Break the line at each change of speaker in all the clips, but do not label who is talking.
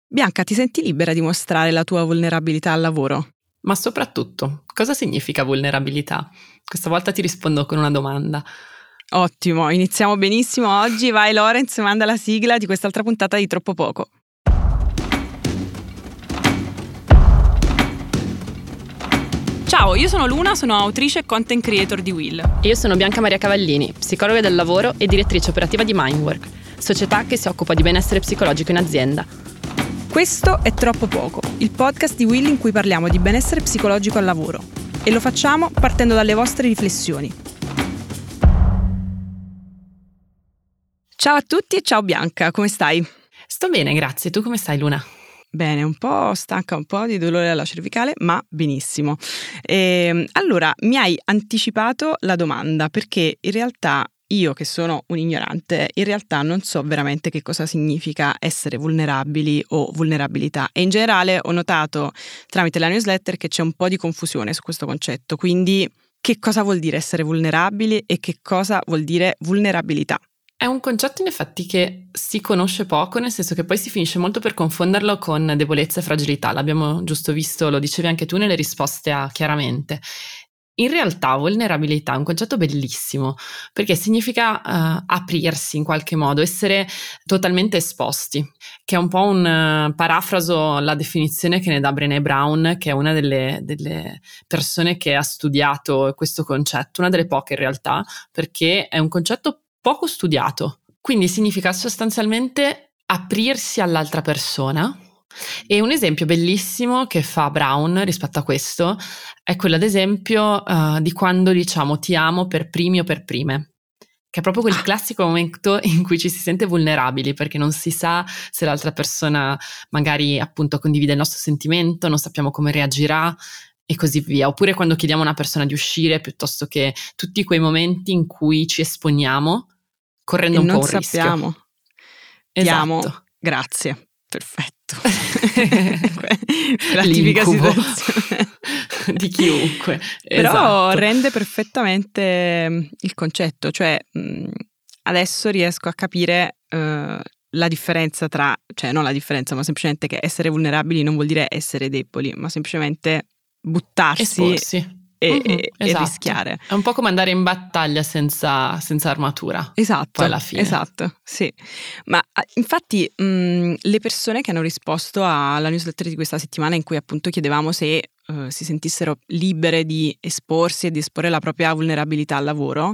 Bianca, ti senti libera di mostrare la tua vulnerabilità al lavoro?
Ma soprattutto, cosa significa vulnerabilità? Questa volta ti rispondo con una domanda.
Ottimo, iniziamo benissimo oggi. Vai Lorenz, manda la sigla di quest'altra puntata di Troppo Poco. Ciao, io sono Luna, sono autrice e content creator di Will.
E io sono Bianca Maria Cavallini, psicologa del lavoro e direttrice operativa di Mindwork, società che si occupa di benessere psicologico in azienda.
Questo è Troppo Poco, il podcast di Will in cui parliamo di benessere psicologico al lavoro. E lo facciamo partendo dalle vostre riflessioni. Ciao a tutti e ciao Bianca, come stai?
Sto bene, grazie. Tu come stai, Luna?
Bene, un po' stanca, un po' di dolore alla cervicale, ma benissimo. Allora, mi hai anticipato la domanda perché in realtà io, che sono un ignorante, in realtà non so veramente che cosa significa essere vulnerabili o vulnerabilità. E in generale ho notato tramite la newsletter che c'è un po' di confusione su questo concetto. Quindi, che cosa vuol dire essere vulnerabili e che cosa vuol dire vulnerabilità?
È un concetto in effetti che si conosce poco, nel senso che poi si finisce molto per confonderlo con debolezza e fragilità. L'abbiamo giusto visto, lo dicevi anche tu nelle risposte a Chiaramente. In realtà vulnerabilità è un concetto bellissimo perché significa aprirsi in qualche modo, essere totalmente esposti, che è un po' un parafraso alla definizione che ne dà Brené Brown, che è una delle persone che ha studiato questo concetto, una delle poche in realtà, perché è un concetto poco studiato. Quindi significa sostanzialmente aprirsi all'altra persona. E un esempio bellissimo che fa Brown rispetto a questo è quello ad esempio di quando diciamo ti amo per primi o per prime, che è proprio quel classico momento in cui ci si sente vulnerabili perché non si sa se l'altra persona magari appunto condivide il nostro sentimento, non sappiamo come reagirà e così via, oppure quando chiediamo a una persona di uscire, piuttosto che tutti quei momenti in cui ci esponiamo correndo
E
un po'
non
un
sappiamo.
rischio.
Ti amo,
Esatto.
grazie, perfetto. La tipica situazione
di chiunque.
Però
esatto.
rende perfettamente il concetto, cioè adesso riesco a capire la differenza tra, cioè non la differenza, ma semplicemente che essere vulnerabili non vuol dire essere deboli, ma semplicemente buttarsi
Esporsi.
e
Esatto.
rischiare.
È un po' come andare in battaglia senza armatura.
Esatto,
poi alla fine.
esatto, sì. Ma infatti le persone che hanno risposto alla newsletter di questa settimana in cui appunto chiedevamo se si sentissero libere di esporsi e di esporre la propria vulnerabilità al lavoro,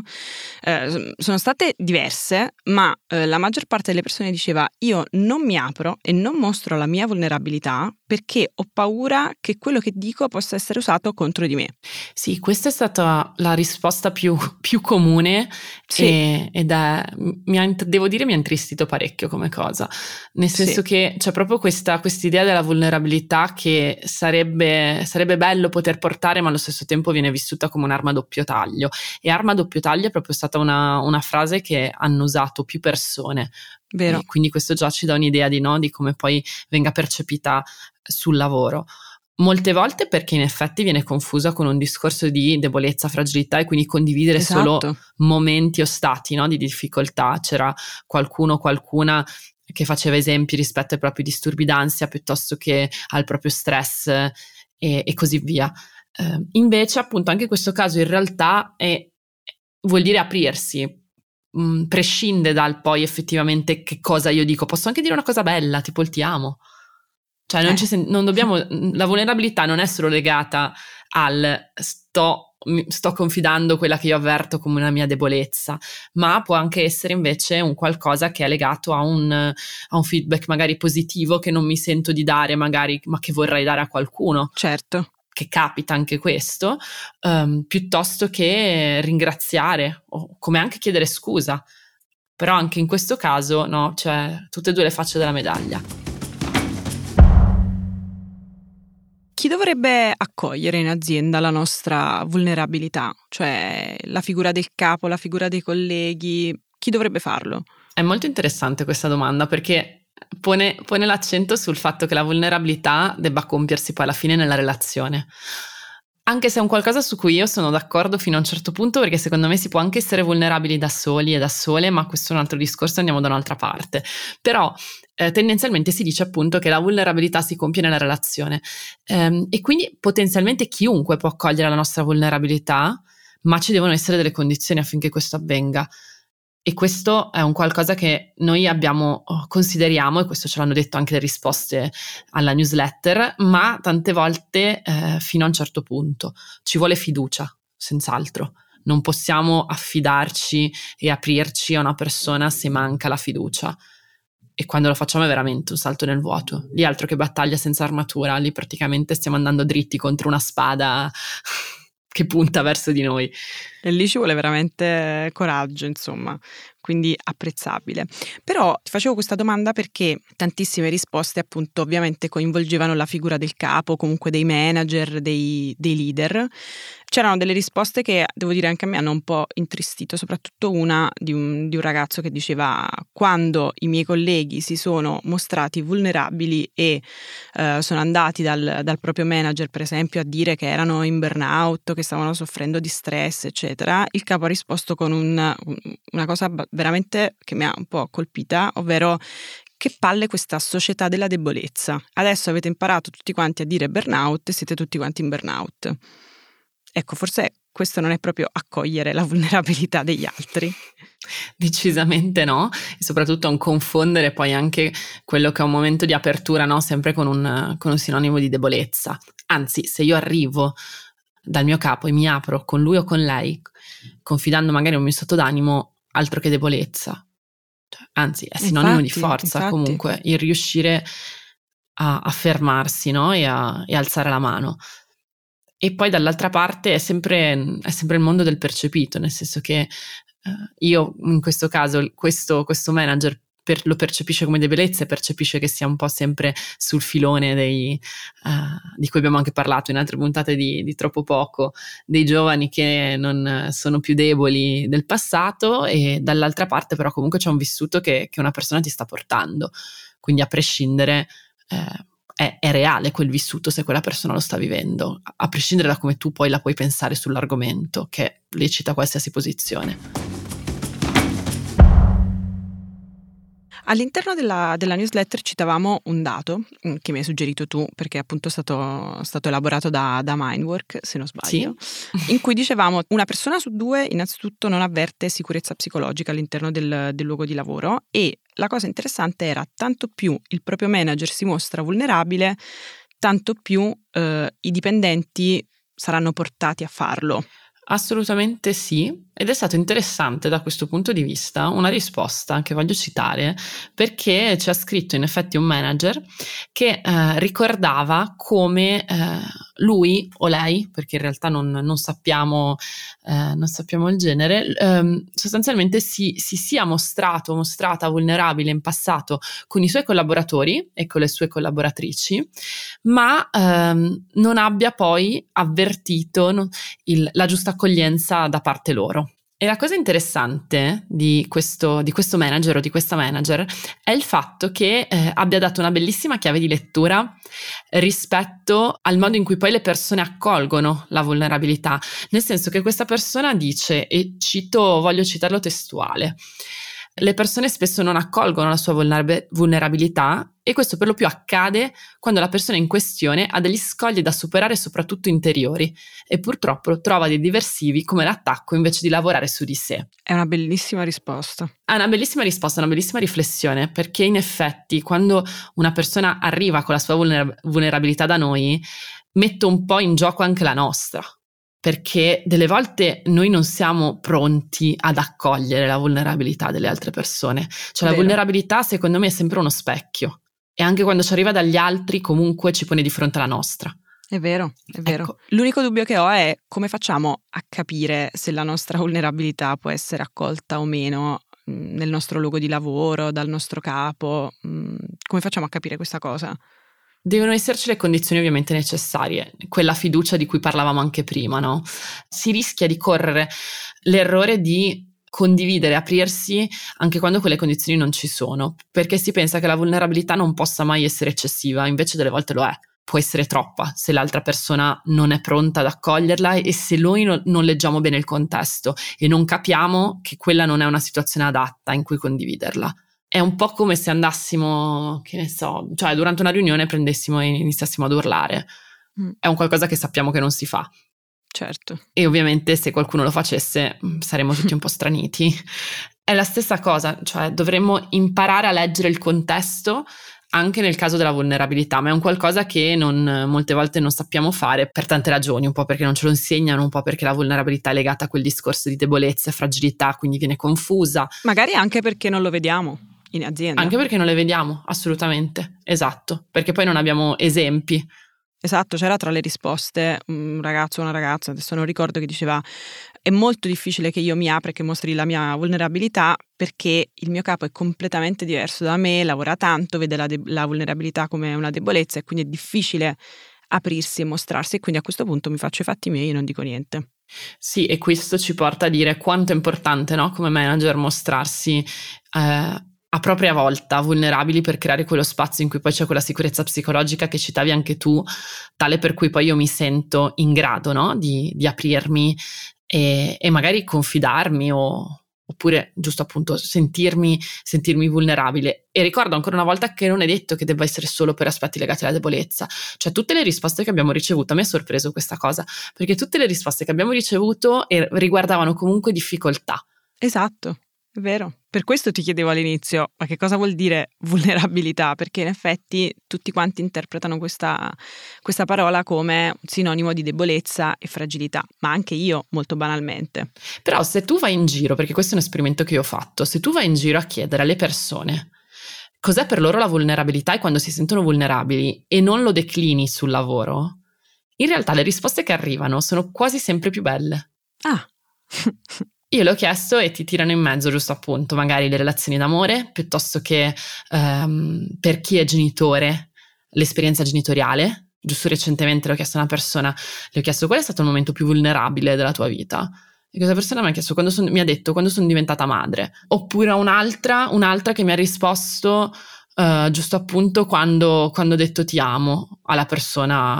sono state diverse, ma la maggior parte delle persone diceva io non mi apro e non mostro la mia vulnerabilità perché ho paura che quello che dico possa essere usato contro di me.
Sì, questa è stata la risposta più comune.
Sì.
Ed è, devo dire, mi ha intristito parecchio come cosa, nel senso che c'è proprio questa idea della vulnerabilità che sarebbe bello poter portare, ma allo stesso tempo viene vissuta come un'arma a doppio taglio, e arma a doppio taglio è proprio stata una frase che hanno usato più persone.
Vero.
E quindi questo già ci dà un'idea di come poi venga percepita sul lavoro. Molte volte perché in effetti viene confusa con un discorso di debolezza, fragilità e quindi condividere solo momenti o stati, no, di difficoltà. C'era qualcuna che faceva esempi rispetto ai propri disturbi d'ansia piuttosto che al proprio stress e così via. Invece appunto anche in questo caso in realtà vuol dire aprirsi, prescinde dal poi effettivamente che cosa io dico. Posso anche dire una cosa bella, tipo il ti amo. Cioè non dobbiamo, la vulnerabilità non è solo legata al sto confidando quella che io avverto come una mia debolezza, ma può anche essere invece un qualcosa che è legato a un feedback magari positivo che non mi sento di dare magari, ma che vorrei dare a qualcuno.
Certo.
Che capita anche questo, piuttosto che ringraziare o come anche chiedere scusa. Però anche in questo caso, no, cioè tutte e due le facce della medaglia.
Chi dovrebbe accogliere in azienda la nostra vulnerabilità? Cioè la figura del capo, la figura dei colleghi, chi dovrebbe farlo?
È molto interessante questa domanda perché pone l'accento sul fatto che la vulnerabilità debba compiersi poi alla fine nella relazione. Anche se è un qualcosa su cui io sono d'accordo fino a un certo punto, perché secondo me si può anche essere vulnerabili da soli e da sole, ma questo è un altro discorso, andiamo da un'altra parte. Però tendenzialmente si dice appunto che la vulnerabilità si compie nella relazione, e quindi potenzialmente chiunque può accogliere la nostra vulnerabilità, ma ci devono essere delle condizioni affinché questo avvenga. E questo è un qualcosa che noi consideriamo, e questo ce l'hanno detto anche le risposte alla newsletter, ma tante volte fino a un certo punto. Ci vuole fiducia, senz'altro. Non possiamo affidarci e aprirci a una persona se manca la fiducia. E quando lo facciamo è veramente un salto nel vuoto. Lì altro che battaglia senza armatura, lì praticamente stiamo andando dritti contro una spada che punta verso di noi.
E lì ci vuole veramente coraggio, insomma, quindi apprezzabile. Però ti facevo questa domanda perché tantissime risposte appunto ovviamente coinvolgevano la figura del capo, comunque dei manager, dei leader. C'erano delle risposte che, devo dire, anche a me hanno un po' intristito, soprattutto una di un ragazzo che diceva: quando i miei colleghi si sono mostrati vulnerabili e sono andati dal proprio manager, per esempio, a dire che erano in burnout, che stavano soffrendo di stress, eccetera, il capo ha risposto con una cosa veramente che mi ha un po' colpita, ovvero: che palle questa società della debolezza. Adesso avete imparato tutti quanti a dire burnout e siete tutti quanti in burnout. Ecco, forse questo non è proprio accogliere la vulnerabilità degli altri.
Decisamente no, e soprattutto un confondere poi anche quello che è un momento di apertura, no? Sempre con un sinonimo di debolezza. Anzi, se io arrivo dal mio capo e mi apro con lui o con lei, confidando magari un mio stato d'animo, altro che debolezza. Anzi, è sinonimo di forza,
infatti.
comunque, il riuscire a fermarsi, no? E alzare la mano. E poi dall'altra parte è sempre il mondo del percepito, nel senso che io in questo caso questo manager lo percepisce come debolezza e percepisce che sia un po' sempre sul filone di cui abbiamo anche parlato in altre puntate di Troppo Poco, dei giovani che non sono più deboli del passato, e dall'altra parte però comunque c'è un vissuto che una persona ti sta portando, quindi a prescindere è reale quel vissuto se quella persona lo sta vivendo, a prescindere da come tu poi la puoi pensare sull'argomento, che è lecita qualsiasi posizione.
All'interno della newsletter citavamo un dato che mi hai suggerito tu, perché appunto è stato elaborato da Mindwork, se non sbaglio,
sì?
In cui dicevamo: una persona su 2 innanzitutto non avverte sicurezza psicologica all'interno del luogo di lavoro, e la cosa interessante era: tanto più il proprio manager si mostra vulnerabile, tanto più i dipendenti saranno portati a farlo.
Assolutamente sì, ed è stato interessante da questo punto di vista una risposta che voglio citare, perché ci ha scritto in effetti un manager che ricordava come lui o lei, perché in realtà non sappiamo il genere, sostanzialmente si sia mostrata vulnerabile in passato con i suoi collaboratori e con le sue collaboratrici, ma non abbia poi avvertito la giusta accoglienza da parte loro. E la cosa interessante di questo manager o di questa manager è il fatto che abbia dato una bellissima chiave di lettura rispetto al modo in cui poi le persone accolgono la vulnerabilità, nel senso che questa persona dice, e voglio citarlo testuale: le persone spesso non accolgono la sua vulnerabilità, e questo per lo più accade quando la persona in questione ha degli scogli da superare, soprattutto interiori, e purtroppo trova dei diversivi come l'attacco invece di lavorare su di sé.
È una bellissima risposta.
È una bellissima risposta, una bellissima riflessione, perché in effetti quando una persona arriva con la sua vulnerabilità da noi, mette un po' in gioco anche la nostra. Perché delle volte noi non siamo pronti ad accogliere la vulnerabilità delle altre persone. Cioè la vulnerabilità secondo me è sempre uno specchio, e anche quando ci arriva dagli altri comunque ci pone di fronte alla nostra.
È vero.
Ecco.
L'unico dubbio che ho è: come facciamo a capire se la nostra vulnerabilità può essere accolta o meno nel nostro luogo di lavoro, dal nostro capo? Come facciamo a capire questa cosa?
Devono esserci le condizioni ovviamente necessarie, quella fiducia di cui parlavamo anche prima, no? Si rischia di correre l'errore di condividere, aprirsi anche quando quelle condizioni non ci sono, perché si pensa che la vulnerabilità non possa mai essere eccessiva, invece delle volte lo è. può essere troppa se l'altra persona non è pronta ad accoglierla e se noi non leggiamo bene il contesto e non capiamo che quella non è una situazione adatta in cui condividerla. È un po' come se andassimo, che ne so, cioè durante una riunione prendessimo e iniziassimo ad urlare. È un qualcosa che sappiamo che non si fa.
Certo.
E ovviamente se qualcuno lo facesse saremmo tutti un po' straniti. È la stessa cosa, cioè dovremmo imparare a leggere il contesto anche nel caso della vulnerabilità, ma è un qualcosa che molte volte non sappiamo fare per tante ragioni, un po' perché non ce lo insegnano, un po' perché la vulnerabilità è legata a quel discorso di debolezza e fragilità, quindi viene confusa.
Magari anche perché non lo vediamo in azienda.
Anche perché non le vediamo, assolutamente, esatto, perché poi non abbiamo esempi.
Esatto, c'era tra le risposte un ragazzo o una ragazza, adesso non ricordo, che diceva: è molto difficile che io mi apra e che mostri la mia vulnerabilità perché il mio capo è completamente diverso da me, lavora tanto, vede la vulnerabilità come una debolezza e quindi è difficile aprirsi e mostrarsi, e quindi a questo punto mi faccio i fatti miei e non dico niente.
Sì, e questo ci porta a dire quanto è importante, no, come manager mostrarsi a propria volta vulnerabili per creare quello spazio in cui poi c'è quella sicurezza psicologica che citavi anche tu, tale per cui poi io mi sento in grado, no, di aprirmi e magari confidarmi oppure giusto appunto sentirmi vulnerabile. E ricordo ancora una volta che non è detto che debba essere solo per aspetti legati alla debolezza, cioè tutte le risposte che abbiamo ricevuto, a me è sorpreso questa cosa, perché tutte le risposte che abbiamo ricevuto riguardavano comunque difficoltà.
Esatto, è vero. Per questo ti chiedevo all'inizio, ma che cosa vuol dire vulnerabilità? Perché in effetti tutti quanti interpretano questa parola come un sinonimo di debolezza e fragilità, ma anche io molto banalmente.
Però se tu vai in giro, perché questo è un esperimento che io ho fatto, se tu vai in giro a chiedere alle persone cos'è per loro la vulnerabilità e quando si sentono vulnerabili e non lo declini sul lavoro, in realtà le risposte che arrivano sono quasi sempre più belle.
Ah!
Io l'ho chiesto e ti tirano in mezzo, giusto appunto, magari le relazioni d'amore, piuttosto che per chi è genitore, l'esperienza genitoriale. Giusto recentemente l'ho chiesto a una persona, le ho chiesto qual è stato il momento più vulnerabile della tua vita? E questa persona mi ha chiesto mi ha detto quando sono diventata madre. Oppure un'altra che mi ha risposto giusto appunto quando ho detto ti amo alla persona,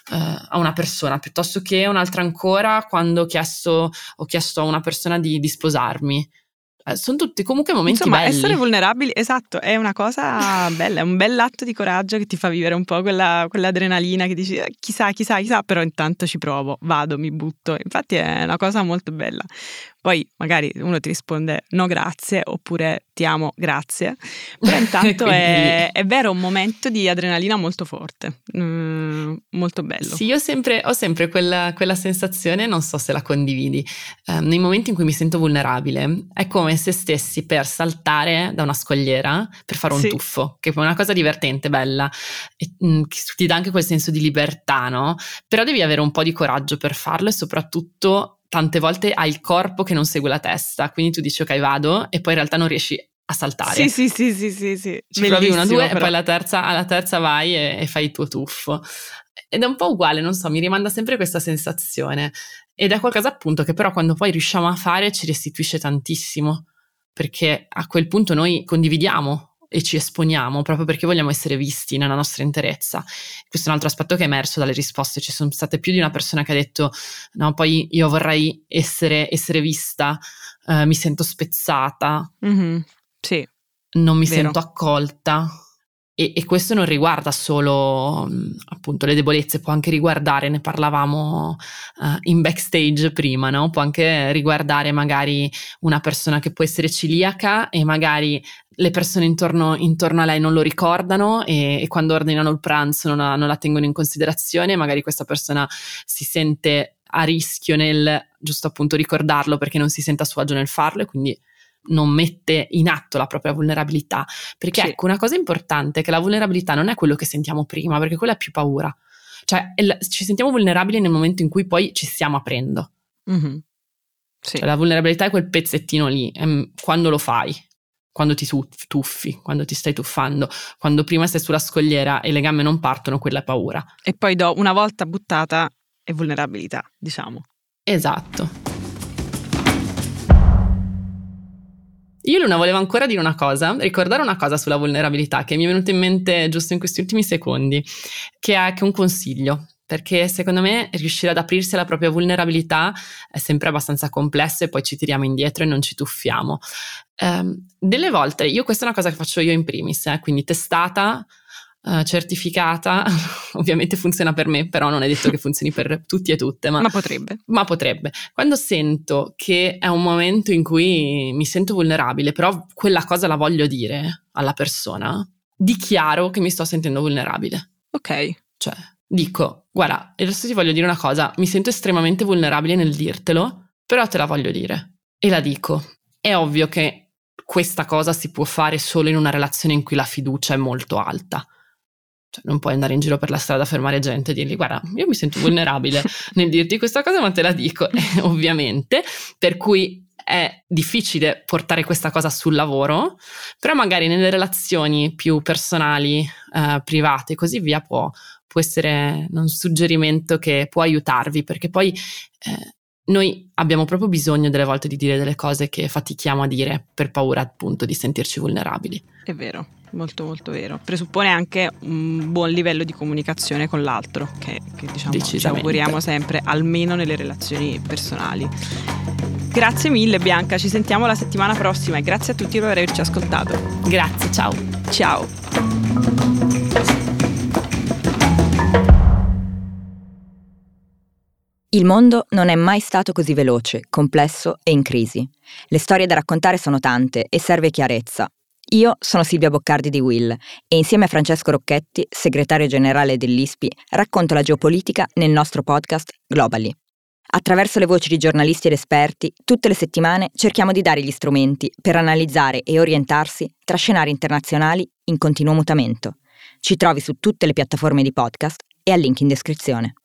a una persona, piuttosto che un'altra ancora quando ho chiesto a una persona di sposarmi. Sono tutti comunque momenti
Insomma,
belli.
essere vulnerabili, esatto, è una cosa bella, è un bell'atto di coraggio che ti fa vivere un po' quell'adrenalina che dici chissà, però intanto ci provo, vado, mi butto. Infatti è una cosa molto bella. Poi magari uno ti risponde no grazie oppure ti amo grazie, però intanto è vero, un momento di adrenalina molto forte, molto bello.
Sì, io ho sempre quella sensazione, non so se la condividi, nei momenti in cui mi sento vulnerabile è come se stessi per saltare da una scogliera per fare un tuffo, che è una cosa divertente, bella, e, che ti dà anche quel senso di libertà, no? Però devi avere un po' di coraggio per farlo e soprattutto tante volte hai il corpo che non segue la testa, quindi tu dici ok vado e poi in realtà non riesci a saltare.
Sì.
Ci provi 1, 2 e poi alla terza vai e fai il tuo tuffo. Ed è un po' uguale, non so, mi rimanda sempre questa sensazione. Ed è qualcosa appunto che però quando poi riusciamo a fare ci restituisce tantissimo, perché a quel punto noi condividiamo e ci esponiamo proprio perché vogliamo essere visti nella nostra interezza. Questo è un altro aspetto che è emerso dalle risposte. Ci sono state più di una persona che ha detto no, poi io vorrei essere vista, mi sento spezzata,
sì,
non mi
vero.
sento accolta. E questo non riguarda solo appunto le debolezze, può anche riguardare, ne parlavamo in backstage prima, no? Può anche riguardare magari una persona che può essere celiaca e magari le persone intorno a lei non lo ricordano e quando ordinano il pranzo non la tengono in considerazione, magari questa persona si sente a rischio nel giusto appunto ricordarlo perché non si sente a suo agio nel farlo e quindi non mette in atto la propria vulnerabilità, perché ecco una cosa importante è che la vulnerabilità non è quello che sentiamo prima, perché quella è più paura, cioè ci sentiamo vulnerabili nel momento in cui poi ci stiamo aprendo. Cioè, la vulnerabilità è quel pezzettino lì, quando lo fai, quando ti tuffi, quando ti stai tuffando, quando prima stai sulla scogliera e le gambe non partono, quella è paura,
e poi una volta buttata è vulnerabilità, diciamo.
Esatto. Io Luna volevo ancora dire una cosa, ricordare una cosa sulla vulnerabilità che mi è venuta in mente giusto in questi ultimi secondi, che è un consiglio. Perché secondo me riuscire ad aprirsi alla propria vulnerabilità è sempre abbastanza complesso e poi ci tiriamo indietro e non ci tuffiamo. Delle volte, questa è una cosa che faccio io in primis, quindi testata, certificata, ovviamente funziona per me, però non è detto che funzioni per tutti e tutte. Ma potrebbe. Quando sento che è un momento in cui mi sento vulnerabile, però quella cosa la voglio dire alla persona, dichiaro che mi sto sentendo vulnerabile.
Ok.
Cioè, dico, guarda, adesso ti voglio dire una cosa, mi sento estremamente vulnerabile nel dirtelo, però te la voglio dire. E la dico. È ovvio che questa cosa si può fare solo in una relazione in cui la fiducia è molto alta. Cioè, non puoi andare in giro per la strada a fermare gente e dirgli, guarda, io mi sento vulnerabile nel dirti questa cosa, ma te la dico, ovviamente, per cui è difficile portare questa cosa sul lavoro, però magari nelle relazioni più personali, private e così via può essere un suggerimento che può aiutarvi, perché poi noi abbiamo proprio bisogno delle volte di dire delle cose che fatichiamo a dire per paura appunto di sentirci vulnerabili.
È vero, molto molto vero. Presuppone anche un buon livello di comunicazione con l'altro, che diciamo ci auguriamo sempre, almeno nelle relazioni personali. Grazie mille Bianca, ci sentiamo la settimana prossima e grazie a tutti per averci ascoltato.
Grazie, ciao.
Ciao.
Il mondo non è mai stato così veloce, complesso e in crisi. Le storie da raccontare sono tante e serve chiarezza. Io sono Silvia Boccardi di Will e insieme a Francesco Rocchetti, segretario generale dell'ISPI, racconto la geopolitica nel nostro podcast Globally. Attraverso le voci di giornalisti ed esperti, tutte le settimane cerchiamo di dare gli strumenti per analizzare e orientarsi tra scenari internazionali in continuo mutamento. Ci trovi su tutte le piattaforme di podcast e al link in descrizione.